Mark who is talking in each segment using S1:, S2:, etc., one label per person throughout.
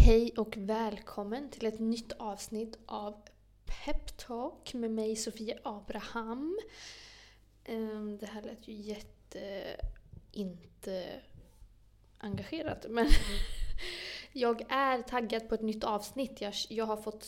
S1: Hej och välkommen till ett nytt avsnitt av Pep Talk med mig Sofia Abraham. Det här lät ju inte engagerat, men jag är taggad på ett nytt avsnitt. Jag har fått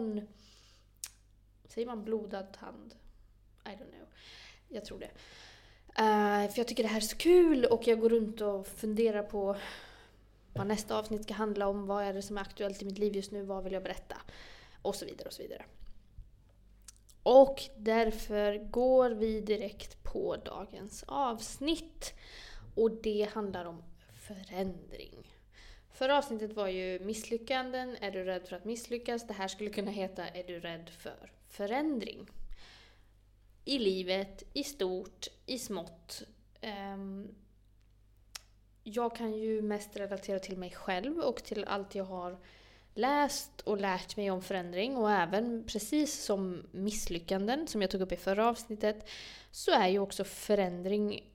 S1: säger man blodad tand? I don't know. Jag tror det. För jag tycker det här är så kul och jag går runt och funderar på vad nästa avsnitt ska handla om, vad är det som är aktuellt i mitt liv just nu, vad vill jag berätta och så vidare och så vidare. Och därför går vi direkt på dagens avsnitt och det handlar om förändring. Förra avsnittet var ju misslyckanden, är du rädd för att misslyckas? Det här skulle kunna heta är du rädd för förändring? I livet, i stort, i smått. Jag kan ju mest relatera till mig själv och till allt jag har läst och lärt mig om förändring. Och även precis som misslyckanden som jag tog upp i förra avsnittet så är ju också förändring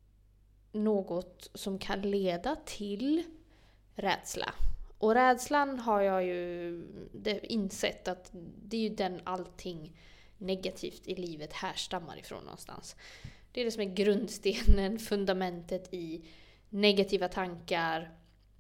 S1: något som kan leda till rädsla. Och rädslan har jag ju insett att det är ju den allting negativt i livet härstammar ifrån någonstans. Det är det som är grundstenen, fundamentet i negativa tankar,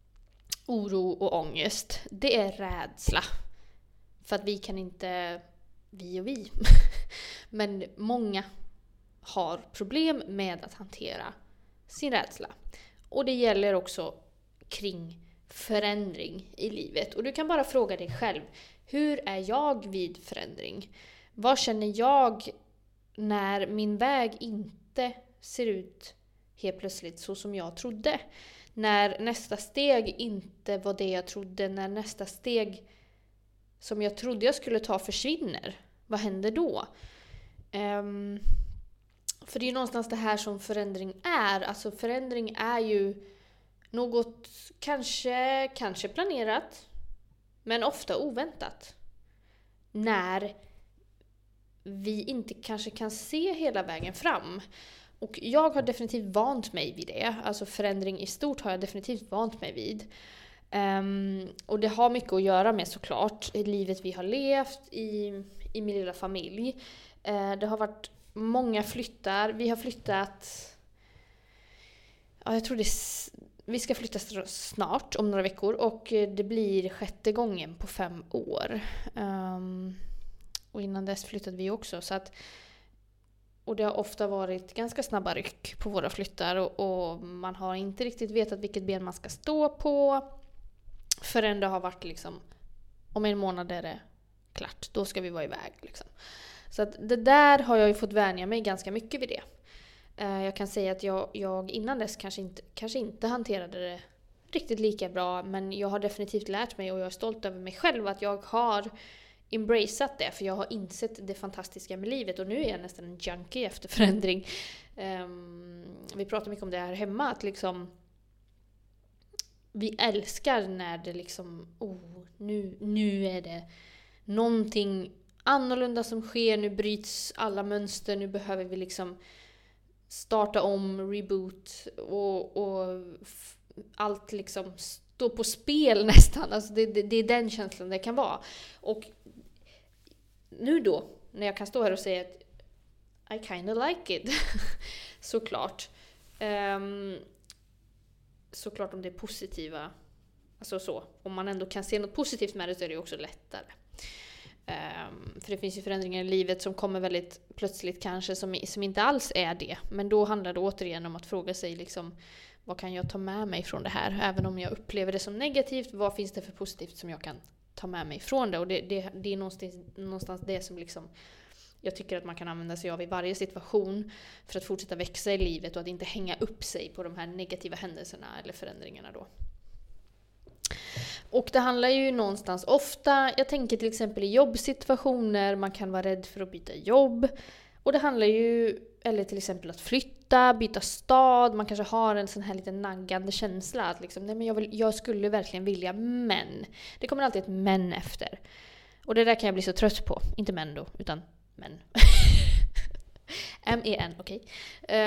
S1: oro och ångest. Det är rädsla. För att vi kan inte, vi, men många har problem med att hantera sin rädsla. Och det gäller också kring förändring i livet. Och du kan bara fråga dig själv, hur är jag vid förändring? Vad känner jag när min väg inte ser ut helt plötsligt så som jag trodde? När nästa steg inte var det jag trodde, när nästa steg som jag trodde jag skulle ta försvinner, vad händer då? För det är ju någonstans det här som förändring är. Alltså förändring är ju något kanske planerat, men ofta oväntat. När vi inte kanske kan se hela vägen fram. Och jag har definitivt vant mig vid det. Alltså förändring i stort har jag definitivt vant mig vid. Och det har mycket att göra med såklart i livet vi har levt i min lilla familj. Det har varit många flyttar. Vi har flyttat... Ja, jag tror vi ska flytta snart om några veckor. Och det blir 6:e gången på 5 år. Och innan dess flyttade vi också. Och det har ofta varit ganska snabba ryck på våra flyttar. Och man har inte riktigt vetat vilket ben man ska stå på. Förrän det har varit liksom, om en månad är det klart. Då ska vi vara iväg liksom. Så att det där har jag ju fått vänja mig ganska mycket vid det. Jag kan säga att jag innan dess kanske inte hanterade det riktigt lika bra. Men jag har definitivt lärt mig och jag är stolt över mig själv att jag har embraceat det, för jag har insett det fantastiska med livet och nu är jag nästan en junkie efter förändring. Vi pratar mycket om det här hemma, att liksom vi älskar när det liksom nu är det någonting annorlunda som sker, nu bryts alla mönster, nu behöver vi liksom starta om, reboot och allt liksom står på spel nästan. Alltså det är den känslan det kan vara. Och nu då, när jag kan stå här och säga att I kind of like it. Såklart. Såklart om det är positiva. Alltså så. Om man ändå kan se något positivt med det så är det också lättare. För det finns ju förändringar i livet som kommer väldigt plötsligt kanske som inte alls är det. Men då handlar det återigen om att fråga sig liksom, vad kan jag ta med mig från det här? Även om jag upplever det som negativt, vad finns det för positivt som jag kan ta med mig från det? Och det är någonstans det som liksom jag tycker att man kan använda sig av i varje situation för att fortsätta växa i livet och att inte hänga upp sig på de här negativa händelserna eller förändringarna då. Och det handlar ju någonstans ofta, jag tänker till exempel i jobbsituationer, man kan vara rädd för att byta jobb. Och det handlar ju, eller till exempel att flytta, byta stad, man kanske har en sån här lite naggande känsla att liksom, nej men jag skulle verkligen vilja, men det kommer alltid ett men efter. Och det där kan jag bli så trött på, inte men då, utan men. M-E-N, okej.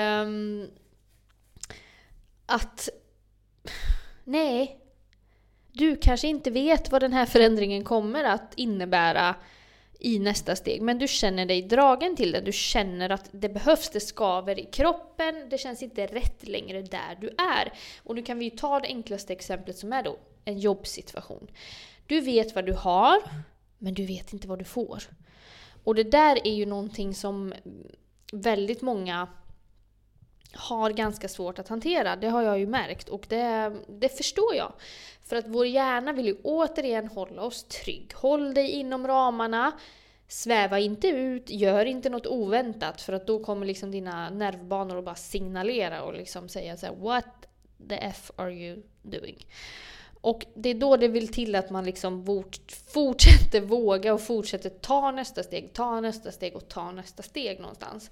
S1: Att nej, Du kanske inte vet vad den här förändringen kommer att innebära i nästa steg, men du känner dig dragen till det. Du känner att det behövs, det skaver i kroppen, det känns inte rätt längre där du är. Och nu kan vi ju ta det enklaste exemplet som är då en jobbsituation. Du vet vad du har, men du vet inte vad du får. Och det där är ju någonting som väldigt många har ganska svårt att hantera. Det har jag ju märkt, och det förstår jag. För att vår hjärna vill ju återigen hålla oss trygg. Håll dig inom ramarna, sväva inte ut, gör inte något oväntat, för att då kommer liksom dina nervbanor att bara signalera och liksom säga så här: what the f are you doing? Och det är då det vill till att man liksom fortsätter våga och fortsätter ta nästa steg och ta nästa steg någonstans.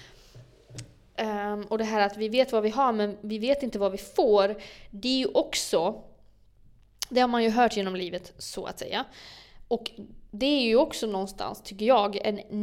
S1: Och det här att vi vet vad vi har men vi vet inte vad vi får, det är ju också, det har man ju hört genom livet så att säga. Och det är ju också någonstans, tycker jag,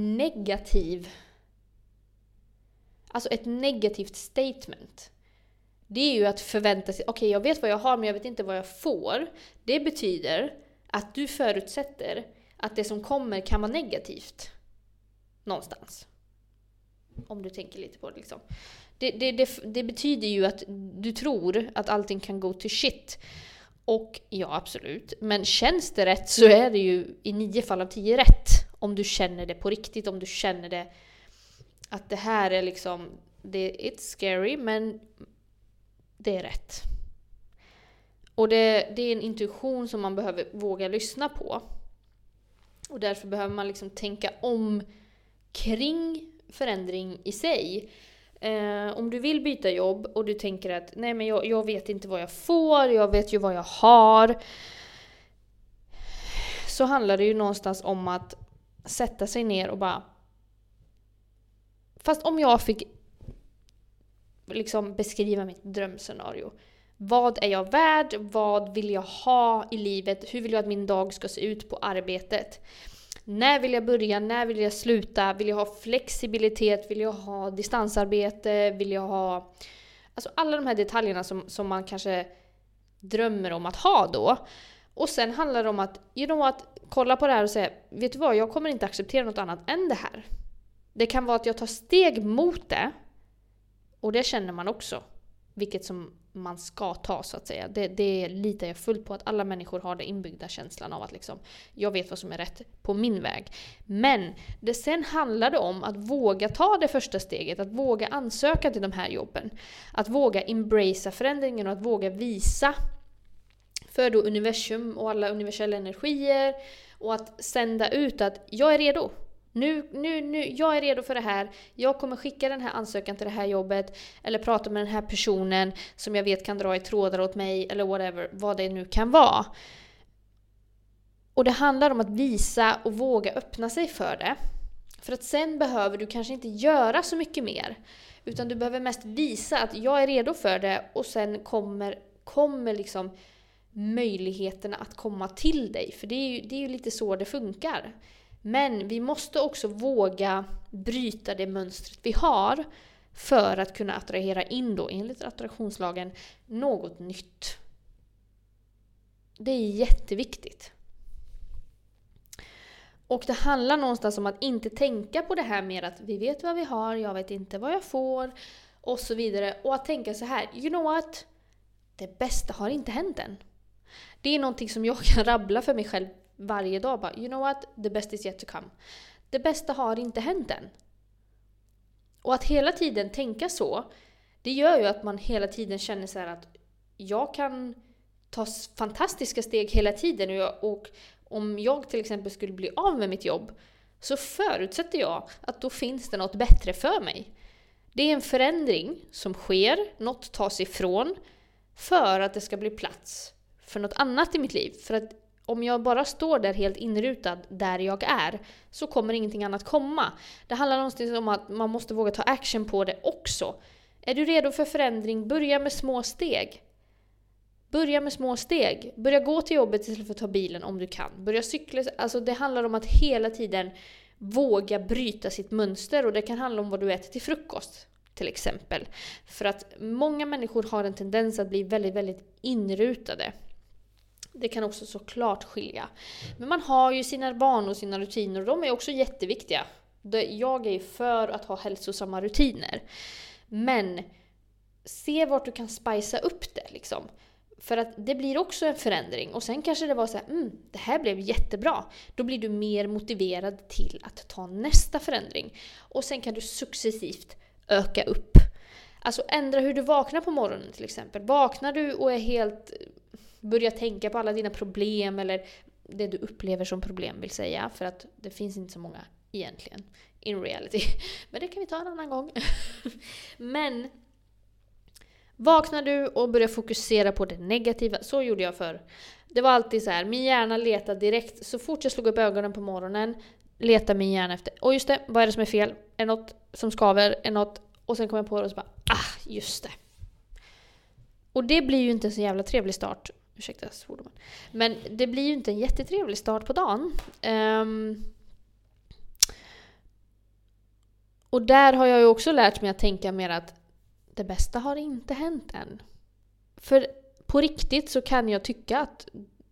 S1: ett negativt statement. Det är ju att förvänta sig, okej, jag vet vad jag har men jag vet inte vad jag får. Det betyder att du förutsätter att det som kommer kan vara negativt någonstans. Om du tänker lite på det liksom. Det betyder ju att du tror att allting kan gå till shit. Och ja, absolut. Men känns det rätt så är det ju i 9 fall av 10 rätt. Om du känner det på riktigt. Om du känner det att det här är liksom, it's scary men det är rätt. Och det är en intuition som man behöver våga lyssna på. Och därför behöver man liksom tänka om kring förändring i sig. Om du vill byta jobb och du tänker att nej men jag vet inte vad jag får, jag vet ju vad jag har. Så handlar det ju någonstans om att sätta sig ner och bara, fast om jag fick liksom beskriva mitt drömscenario. Vad är jag värd? Vad vill jag ha i livet? Hur vill jag att min dag ska se ut på arbetet? När vill jag börja? När vill jag sluta? Vill jag ha flexibilitet? Vill jag ha distansarbete? Vill jag ha... Alltså alla de här detaljerna som man kanske drömmer om att ha då. Och sen handlar det om att, kolla på det här och säga, vet du vad? Jag kommer inte acceptera något annat än det här. Det kan vara att jag tar steg mot det. Och det känner man också. Vilket som man ska ta så att säga. Det litar jag fullt på att alla människor har den inbyggda känslan av att liksom, jag vet vad som är rätt på min väg. Men sen handlar det om att våga ta det första steget. Att våga ansöka till de här jobben. Att våga embracea förändringen och att våga visa för då universum och alla universella energier. Och att sända ut att jag är redo. Nu, jag är redo för det här. Jag kommer skicka den här ansökan till det här jobbet. Eller prata med den här personen som jag vet kan dra i trådar åt mig. Eller whatever, vad det nu kan vara. Och det handlar om att visa och våga öppna sig för det. För att sen behöver du kanske inte göra så mycket mer. Utan du behöver mest visa att jag är redo för det. Och sen kommer liksom möjligheterna att komma till dig. För det är ju lite så det funkar. Men vi måste också våga bryta det mönstret vi har för att kunna attrahera in då, enligt attraktionslagen, något nytt. Det är jätteviktigt. Och det handlar någonstans om att inte tänka på det här med att vi vet vad vi har, jag vet inte vad jag får och så vidare. Och att tänka så här, you know what? Det bästa har inte hänt än. Det är någonting som jag kan rabbla för mig själv varje dag. Bara, you know what? The best is yet to come. Det bästa har inte hänt än. Och att hela tiden tänka så, det gör ju att man hela tiden känner så här att jag kan ta fantastiska steg hela tiden. Och om jag till exempel skulle bli av med mitt jobb så förutsätter jag att då finns det något bättre för mig. Det är en förändring som sker, något tas ifrån för att det ska bli plats för något annat i mitt liv. För att om jag bara står där helt inrutad där jag är så kommer ingenting annat komma. Det handlar någonstans om att man måste våga ta action på det också. Är du redo för förändring? Börja med små steg. Börja gå till jobbet istället för att ta bilen om du kan. Börja cykla. Alltså det handlar om att hela tiden våga bryta sitt mönster. Och det kan handla om vad du äter till frukost till exempel. För att många människor har en tendens att bli väldigt, väldigt inrutade. Det kan också såklart skilja. Men man har ju sina vanor och sina rutiner och de är också jätteviktiga. Jag är för att ha hälsosamma rutiner. Men se vart du kan spicea upp det liksom. För att det blir också en förändring. Och sen kanske det var så här, det här blev jättebra. Då blir du mer motiverad till att ta nästa förändring. Och sen kan du successivt öka upp. Alltså ändra hur du vaknar på morgonen till exempel. Vaknar du och är helt... börjar tänka på alla dina problem eller det du upplever som problem vill säga. För att det finns inte så många egentligen in reality. Men det kan vi ta en annan gång. Men vaknar du och börjar fokusera på det negativa. Så gjorde jag förr. Det var alltid så här, min hjärna letade direkt. Så fort jag slog upp ögonen på morgonen letade min hjärna efter. Och just det, vad är det som är fel? Är något som skaver? Är något... Och sen kom jag på det och så bara, just det. Och det blir ju inte en så jävla trevlig start. Ursäkta svordomen. Men det blir ju inte en jättetrevlig start på dagen. Och där har jag ju också lärt mig att tänka mer att det bästa har inte hänt än. För på riktigt så kan jag tycka att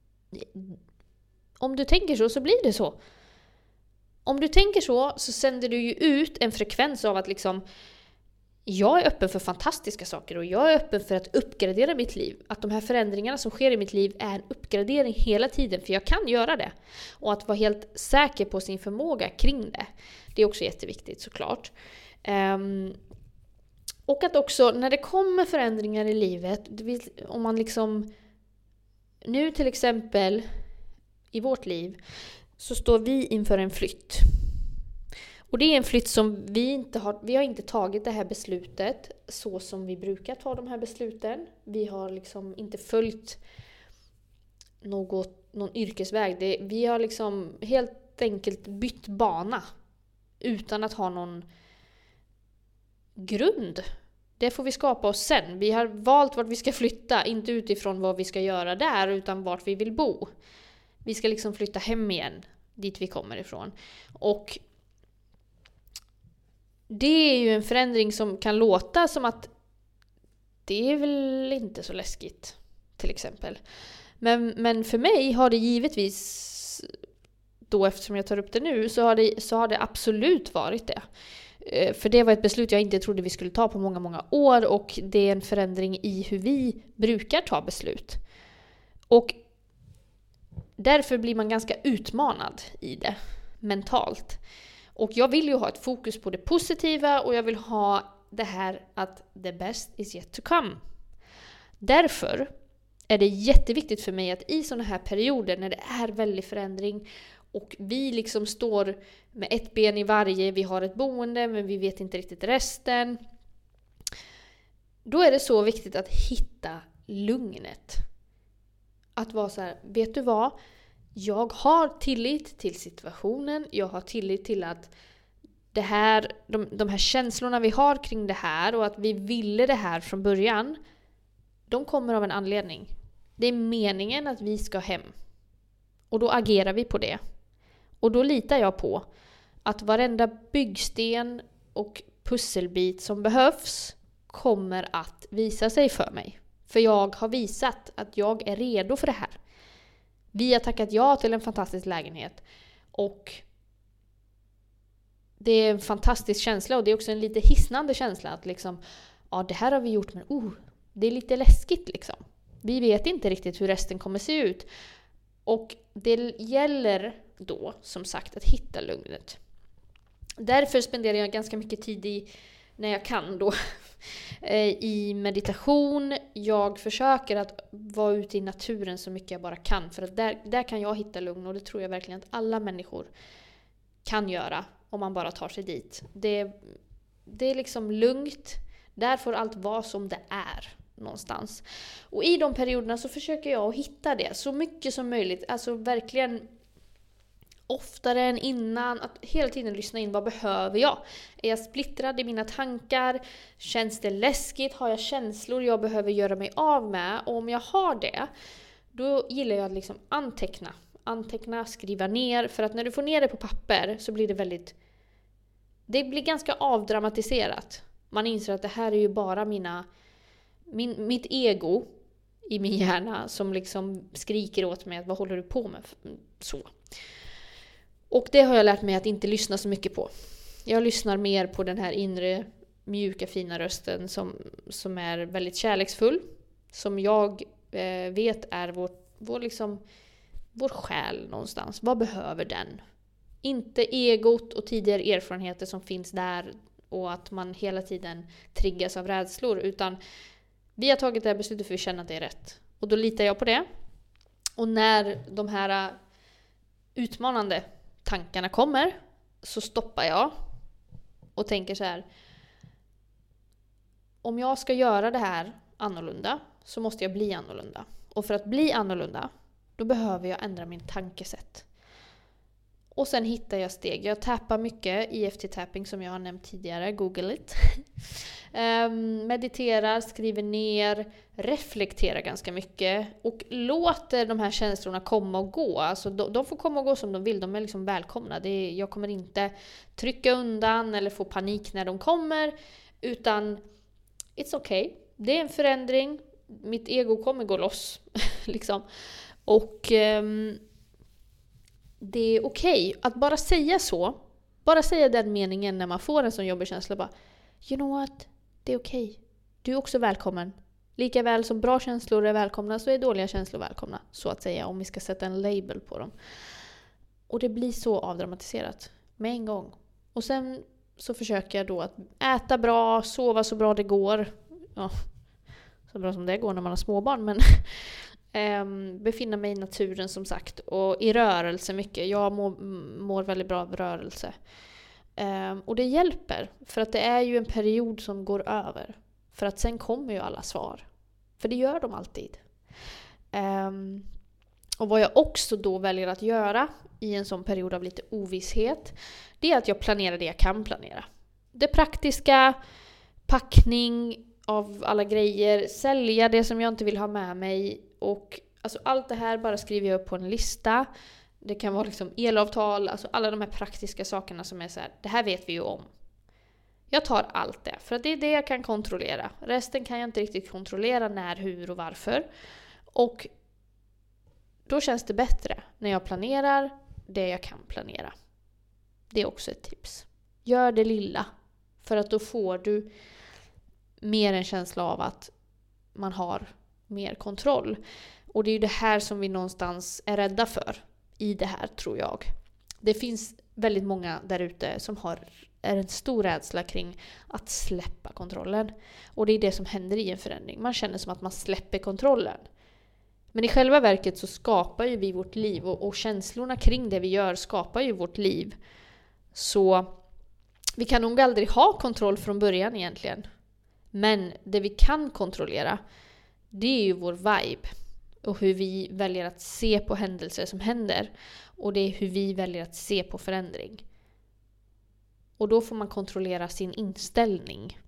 S1: om du tänker så blir det så. Om du tänker så sänder du ju ut en frekvens av att liksom jag är öppen för fantastiska saker och jag är öppen för att uppgradera mitt liv. Att de här förändringarna som sker i mitt liv är en uppgradering hela tiden, för jag kan göra det. Och att vara helt säker på sin förmåga kring det. Det är också jätteviktigt såklart. Och att också när det kommer förändringar i livet, om man liksom nu till exempel i vårt liv så står vi inför en flytt. Och det är en flytt som vi har inte tagit det här beslutet så som vi brukar ta de här besluten. Vi har liksom inte följt någon yrkesväg. Vi har liksom helt enkelt bytt bana utan att ha någon grund. Det får vi skapa oss sen. Vi har valt vart vi ska flytta, inte utifrån vad vi ska göra där utan vart vi vill bo. Vi ska liksom flytta hem igen, dit vi kommer ifrån. Och det är ju en förändring som kan låta som att det är väl inte så läskigt, till exempel. Men för mig har det givetvis, då eftersom jag tar upp det nu, så har det absolut varit det. För det var ett beslut jag inte trodde vi skulle ta på många, många år och det är en förändring i hur vi brukar ta beslut. Och därför blir man ganska utmanad i det, mentalt. Och jag vill ju ha ett fokus på det positiva och jag vill ha det här att the best is yet to come. Därför är det jätteviktigt för mig att i sådana här perioder när det är väldigt förändring och vi liksom står med ett ben i varje, vi har ett boende men vi vet inte riktigt resten. Då är det så viktigt att hitta lugnet. Att vara så här, vet du vad? Jag har tillit till situationen. Jag har tillit till att det här, de här känslorna vi har kring det här och att vi ville det här från början, de kommer av en anledning. Det är meningen att vi ska hem. Och då agerar vi på det. Och då litar jag på att varenda byggsten och pusselbit som behövs kommer att visa sig för mig. För jag har visat att jag är redo för det här. Vi har tackat ja till en fantastisk lägenhet. Och det är en fantastisk känsla och det är också en lite hisnande känsla att liksom, ja det här har vi gjort men det är lite läskigt liksom. Vi vet inte riktigt hur resten kommer se ut. Och det gäller då som sagt att hitta lugnet. Därför spenderar jag ganska mycket tid när jag kan då i meditation. Jag försöker att vara ute i naturen så mycket jag bara kan. För att där kan jag hitta lugn och det tror jag verkligen att alla människor kan göra om man bara tar sig dit. Det är liksom lugnt. Där får allt vara som det är någonstans. Och i de perioderna så försöker jag att hitta det så mycket som möjligt. Alltså verkligen oftare än innan, att hela tiden lyssna in, vad behöver jag? Är jag splittrad i mina tankar? Känns det läskigt? Har jag känslor jag behöver göra mig av med? Och om jag har det, då gillar jag att liksom anteckna, skriva ner. För att när du får ner det på papper så blir det blir ganska avdramatiserat. Man inser att det här är ju bara mitt ego i min hjärna som liksom skriker åt mig att vad håller du på med? Så. Och det har jag lärt mig att inte lyssna så mycket på. Jag lyssnar mer på den här inre mjuka fina rösten som är väldigt kärleksfull. Som jag vet är vår själ någonstans. Vad behöver den? Inte egot och tidigare erfarenheter som finns där och att man hela tiden triggas av rädslor, utan vi har tagit det här beslutet för att vi känner att det är rätt. Och då litar jag på det. Och när de här utmanande tankarna kommer så stoppar jag och tänker så här: om jag ska göra det här annorlunda så måste jag bli annorlunda. Och för att bli annorlunda, då behöver jag ändra min tankesätt. Och sen hittar jag steg. Jag tappar mycket, EFT-tapping som jag har nämnt tidigare, google it. Mediterar, skriver ner, reflekterar ganska mycket och låter de här känslorna komma och gå. Alltså de får komma och gå som de vill, de är liksom välkomna. Jag kommer inte trycka undan eller få panik när de kommer, utan it's okay. Det är en förändring, mitt ego kommer gå loss. liksom. Och det är okej att bara säga så. Bara säga den meningen när man får en sån jobbig känsla. Bara, you know what? Det är okej. Du är också välkommen. Lika väl som bra känslor är välkomna så är dåliga känslor välkomna. Så att säga, om vi ska sätta en label på dem. Och det blir så avdramatiserat. Med en gång. Och sen så försöker jag då att äta bra, sova så bra det går. Ja, så bra som det går när man har småbarn. Men befinna mig i naturen som sagt. Och i rörelse mycket. Jag mår väldigt bra av rörelse. Och det hjälper. För att det är ju en period som går över. För att sen kommer ju alla svar. För det gör de alltid. Och vad jag också då väljer att göra i en sån period av lite ovisshet, det är att jag planerar det jag kan planera. Det praktiska, packning av alla grejer, sälja det som jag inte vill ha med mig. Och alltså allt det här bara skriver jag upp på en lista. Det kan vara liksom elavtal, alltså alla de här praktiska sakerna som är så här, det här vet vi ju om. Jag tar allt det, för att det är det jag kan kontrollera. Resten kan jag inte riktigt kontrollera, när, hur och varför. Och då känns det bättre när jag planerar det jag kan planera. Det är också ett tips. Gör det lilla, för att då får du mer en känsla av att man har mer kontroll. Och det är ju det här som vi någonstans är rädda för i det här, tror jag. Det finns väldigt många där ute som är en stor rädsla kring att släppa kontrollen. Och det är det som händer i en förändring. Man känner som att man släpper kontrollen. Men i själva verket så skapar ju vi vårt liv. Och känslorna kring det vi gör skapar ju vårt liv. Så vi kan nog aldrig ha kontroll från början egentligen. Men det vi kan kontrollera, det är ju vår vibe. Och hur vi väljer att se på händelser som händer. Och det är hur vi väljer att se på förändring. Och då får man kontrollera sin inställning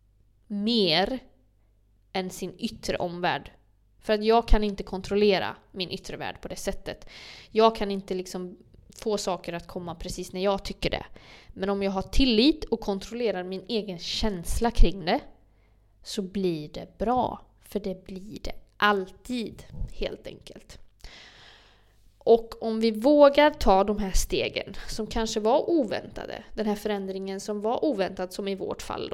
S1: mer än sin yttre omvärld. För att jag kan inte kontrollera min yttre värld på det sättet. Jag kan inte liksom få saker att komma precis när jag tycker det. Men om jag har tillit och kontrollerar min egen känsla kring det, så blir det bra. För det blir det alltid, helt enkelt. Och om vi vågar ta de här stegen som kanske var oväntade, den här förändringen som var oväntad, som i vårt fall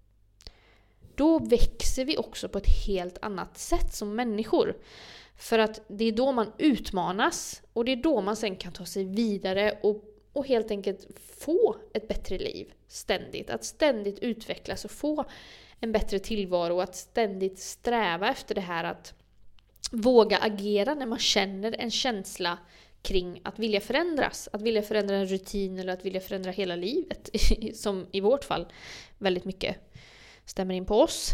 S1: då växer vi också på ett helt annat sätt som människor. För att det är då man utmanas, och det är då man sen kan ta sig vidare och helt enkelt få ett bättre liv ständigt. Att ständigt utvecklas och få en bättre tillvaro, och att ständigt sträva efter det här att våga agera när man känner en känsla kring att vilja förändras. Att vilja förändra en rutin eller att vilja förändra hela livet. Som i vårt fall väldigt mycket stämmer in på oss.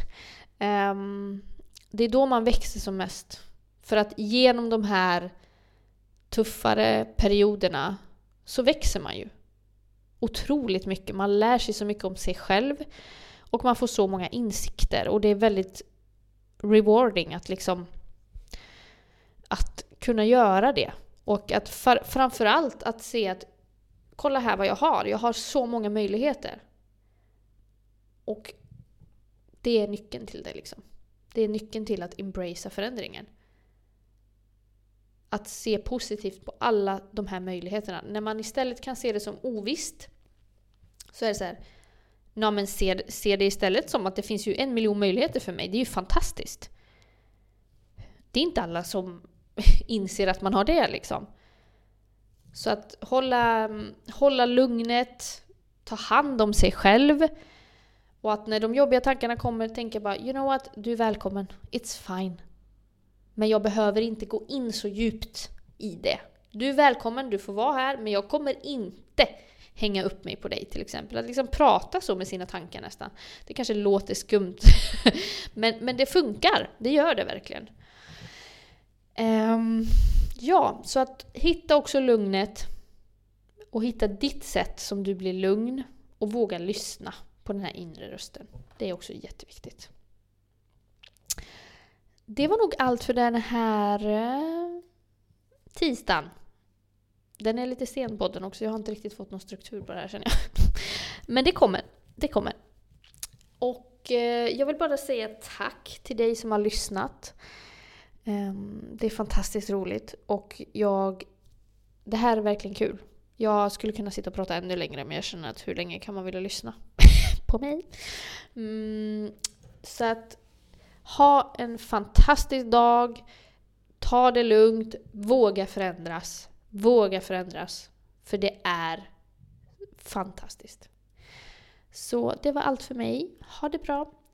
S1: Det är då man växer som mest. För att genom de här tuffare perioderna så växer man ju otroligt mycket. Man lär sig så mycket om sig själv. Och man får så många insikter. Och det är väldigt rewarding att kunna göra det. Och att framförallt att se att kolla här vad jag har. Jag har så många möjligheter. Och det är nyckeln till det . Det är nyckeln till att embracea förändringen. Att se positivt på alla de här möjligheterna. När man istället kan se det som ovisst, så är det så här, men se det istället som att det finns ju 1 miljon möjligheter för mig. Det är ju fantastiskt. Det är inte alla som inser att man har det liksom. Så att hålla lugnet, ta hand om sig själv. Och att när de jobbiga tankarna kommer, tänka bara, you know what, du är välkommen. It's fine. Men jag behöver inte gå in så djupt i det. Du är välkommen, du får vara här, men jag kommer inte hänga upp mig på dig till exempel. Att liksom prata så med sina tankar nästan. Det kanske låter skumt. men det funkar, det gör det verkligen. Ja, så att hitta också lugnet och hitta ditt sätt som du blir lugn och våga lyssna på den här inre rösten. Det är också jätteviktigt. Det var nog allt för den här tisdagen. Den är lite sen podden också. Jag har inte riktigt fått någon struktur på det här, känner jag. Men det kommer. Och jag vill bara säga tack till dig som har lyssnat. Det är fantastiskt roligt. Och det här är verkligen kul. Jag skulle kunna sitta och prata ännu längre, men jag känner att hur länge kan man vilja lyssna på mig? Så att ha en fantastisk dag. Ta det lugnt. Våga förändras. För det är fantastiskt. Så det var allt för mig. Ha det bra.